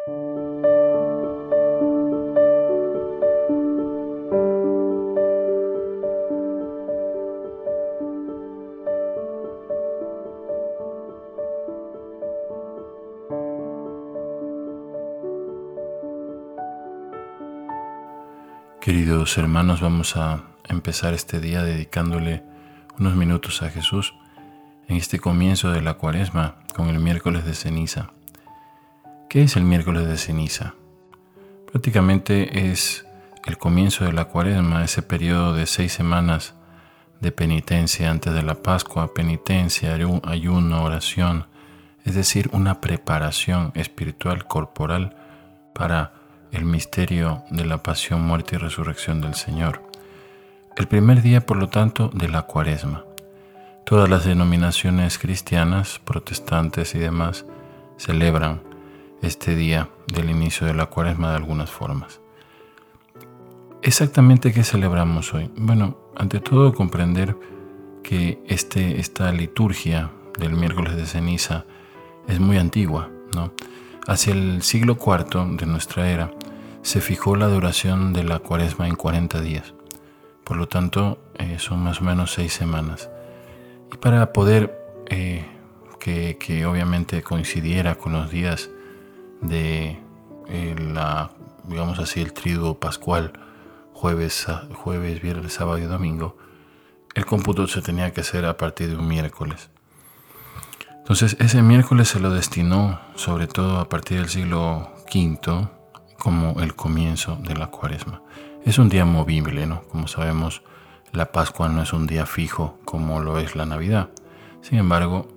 Queridos hermanos, vamos a empezar este día dedicándole unos minutos a Jesús en este comienzo de la Cuaresma con el miércoles de ceniza. ¿Qué es el miércoles de ceniza? Prácticamente es el comienzo de la Cuaresma, ese periodo de 6 semanas de penitencia antes de la Pascua, penitencia, ayuno, oración, es decir, una preparación espiritual, corporal para el misterio de la pasión, muerte y resurrección del Señor. El primer día, por lo tanto, de la Cuaresma. Todas las denominaciones cristianas, protestantes y demás, celebran este día del inicio de la Cuaresma de algunas formas. ¿Exactamente qué celebramos hoy? Bueno, ante todo comprender que esta liturgia del miércoles de ceniza es muy antigua, ¿no? Hacia el siglo IV de nuestra era se fijó la duración de la Cuaresma en 40 días. Por lo tanto, son más o menos 6 semanas. Y para poder que obviamente coincidiera con los días de digamos así, el triduo pascual, jueves, viernes, sábado y domingo, el cómputo se tenía que hacer a partir de un miércoles. Entonces, ese miércoles se lo destinó, sobre todo a partir del siglo V, como el comienzo de la Cuaresma. Es un día movible, ¿no? Como sabemos, la Pascua no es un día fijo como lo es la Navidad. Sin embargo,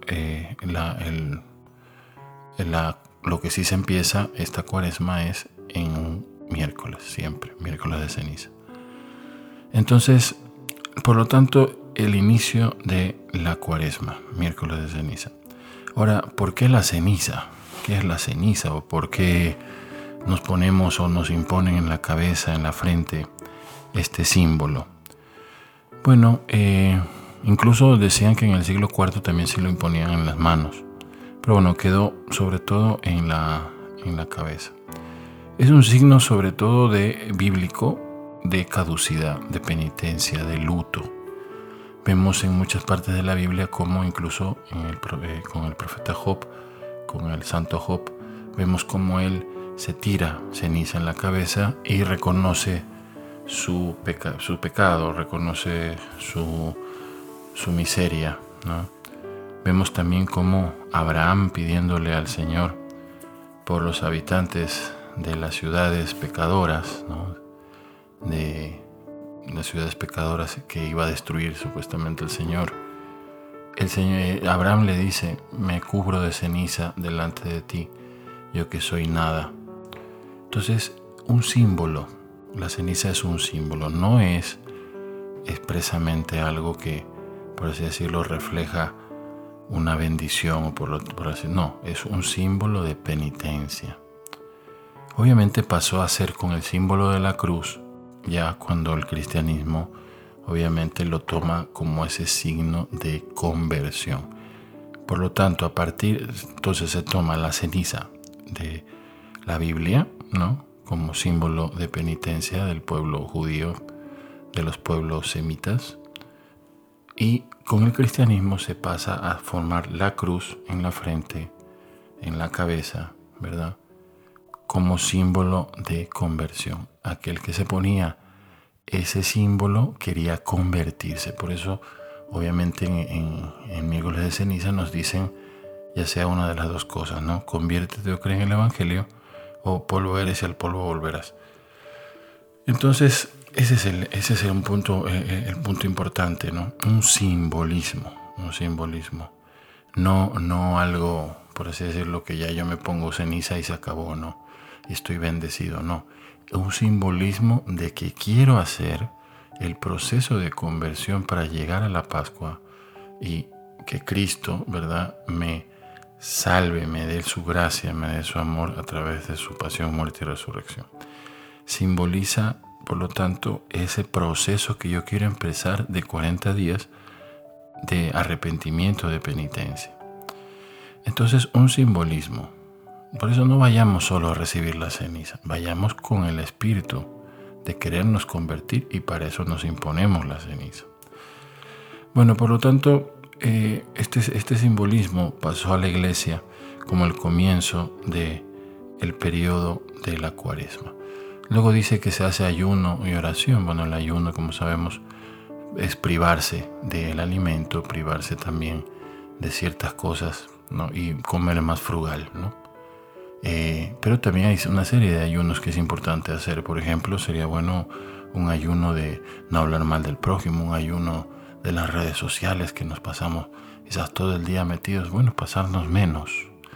lo que sí se empieza esta Cuaresma es en un miércoles, siempre, miércoles de ceniza. Entonces, por lo tanto, el inicio de la Cuaresma, miércoles de ceniza. Ahora, ¿por qué la ceniza? ¿Qué es la ceniza? ¿O por qué nos ponemos o nos imponen en la cabeza, en la frente, este símbolo? Bueno, incluso decían que en el siglo IV también se lo imponían en las manos, pero bueno, quedó sobre todo en la cabeza. Es un signo sobre todo bíblico de caducidad, de penitencia, de luto. Vemos en muchas partes de la Biblia como incluso con el profeta Job, con el santo Job, vemos como él se tira ceniza en la cabeza y reconoce su pecado, reconoce su miseria, ¿no? Vemos también como Abraham pidiéndole al Señor por los habitantes de las ciudades pecadoras, ¿no? De las ciudades pecadoras que iba a destruir supuestamente el Señor. Abraham le dice: me cubro de ceniza delante de ti, yo que soy nada. Entonces, un símbolo, la ceniza es un símbolo, no es expresamente algo que, por así decirlo, refleja una bendición o por así, no, es un símbolo de penitencia. Obviamente pasó a ser con el símbolo de la cruz, ya cuando el cristianismo obviamente lo toma como ese signo de conversión. Por lo tanto, entonces se toma la ceniza de la Biblia, ¿no?, como símbolo de penitencia del pueblo judío, de los pueblos semitas, y con el cristianismo se pasa a formar la cruz en la frente, en la cabeza, ¿verdad?, como símbolo de conversión. Aquel que se ponía ese símbolo quería convertirse. Por eso, obviamente, en miércoles de ceniza nos dicen ya sea una de las dos cosas, ¿no? Conviértete o cree en el Evangelio, o polvo eres y al polvo volverás. Entonces, ese es el punto importante, ¿no? Un simbolismo. No algo, por así decirlo, que ya yo me pongo ceniza y se acabó, ¿no? Y estoy bendecido, no. Un simbolismo de que quiero hacer el proceso de conversión para llegar a la Pascua y que Cristo, ¿verdad?, me salve, me dé su gracia, me dé su amor a través de su pasión, muerte y resurrección. Simboliza, por lo tanto, ese proceso que yo quiero empezar de 40 días de arrepentimiento, de penitencia. Entonces, un simbolismo. Por eso no vayamos solo a recibir la ceniza, vayamos con el espíritu de querernos convertir, y para eso nos imponemos la ceniza. Bueno, por lo tanto, este simbolismo pasó a la iglesia como el comienzo del periodo de la Cuaresma. Luego dice que se hace ayuno y oración. Bueno, el ayuno, como sabemos, es privarse del alimento, privarse también de ciertas cosas, ¿no? Y comer más frugal, ¿no? Pero también hay una serie de ayunos que es importante hacer. Por ejemplo, sería bueno un ayuno de no hablar mal del prójimo, un ayuno de las redes sociales, que nos pasamos quizás todo el día metidos. Bueno, pasarnos menos.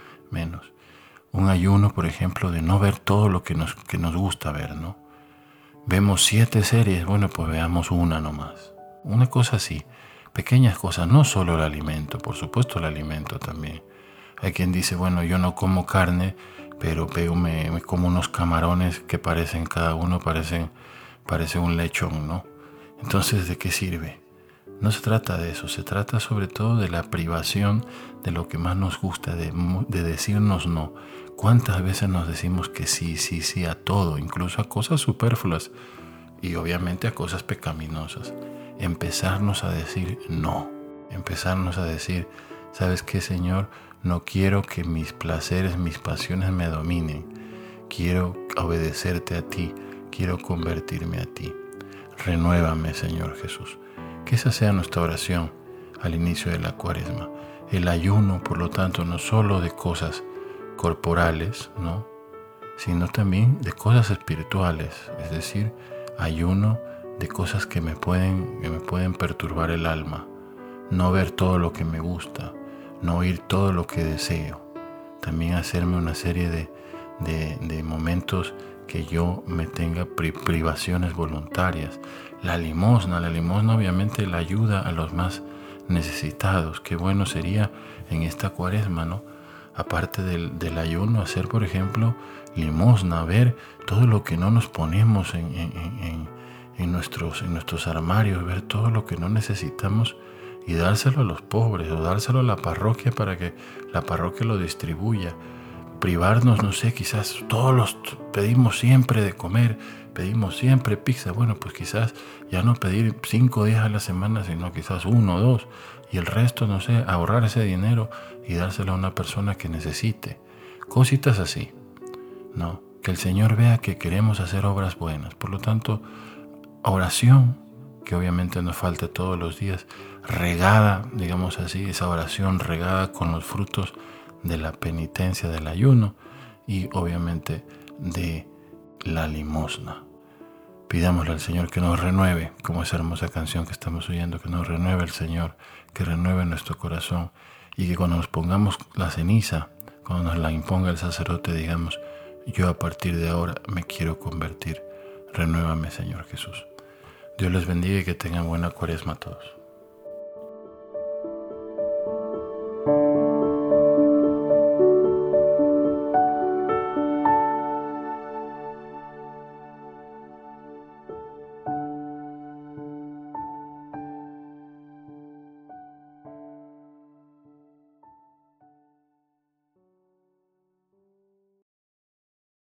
Un ayuno, por ejemplo, de no ver todo lo que nos gusta ver, ¿no? Vemos 7 series, bueno, pues veamos una nomás. Una cosa así, pequeñas cosas, no solo el alimento, por supuesto el alimento también. Hay quien dice, bueno, yo no como carne, pero me como unos camarones que parecen, cada uno parece un lechón, ¿no? Entonces, ¿de qué sirve? No se trata de eso, se trata sobre todo de la privación de lo que más nos gusta, de decirnos no. ¿Cuántas veces nos decimos que sí a todo, incluso a cosas superfluas y obviamente a cosas pecaminosas? Empezarnos a decir no, empezarnos a decir, ¿sabes qué, Señor? No quiero que mis placeres, mis pasiones me dominen. Quiero obedecerte a ti, quiero convertirme a ti. Renuévame, Señor Jesús. Que esa sea nuestra oración al inicio de la Cuaresma. El ayuno, por lo tanto, no solo de cosas corporales, ¿no?, sino también de cosas espirituales, es decir, ayuno de cosas que me pueden perturbar el alma. No ver todo lo que me gusta, no oír todo lo que deseo. También hacerme una serie de momentos que yo me tenga privaciones voluntarias. La limosna obviamente la ayuda a los más necesitados. Qué bueno sería en esta Cuaresma, ¿no?, aparte del ayuno, hacer, por ejemplo, limosna, ver todo lo que no nos ponemos en nuestros armarios, ver todo lo que no necesitamos y dárselo a los pobres o dárselo a la parroquia para que la parroquia lo distribuya. Privarnos, no sé, quizás todos pedimos siempre de comer, pedimos siempre pizza. Bueno, pues quizás ya no pedir 5 días a la semana, sino quizás 1 o 2, y el resto, no sé, ahorrar ese dinero y dárselo a una persona que necesite. Cositas así, ¿no? Que el Señor vea que queremos hacer obras buenas. Por lo tanto, oración, que obviamente nos falta todos los días, regada, digamos así, esa oración regada con los frutos de la penitencia, del ayuno y obviamente de la limosna. Pidámosle al Señor que nos renueve, como esa hermosa canción que estamos oyendo, que nos renueve el Señor, que renueve nuestro corazón, y que cuando nos pongamos la ceniza, cuando nos la imponga el sacerdote, digamos, yo a partir de ahora me quiero convertir. Renuévame, Señor Jesús. Dios les bendiga y que tengan buena Cuaresma a todos.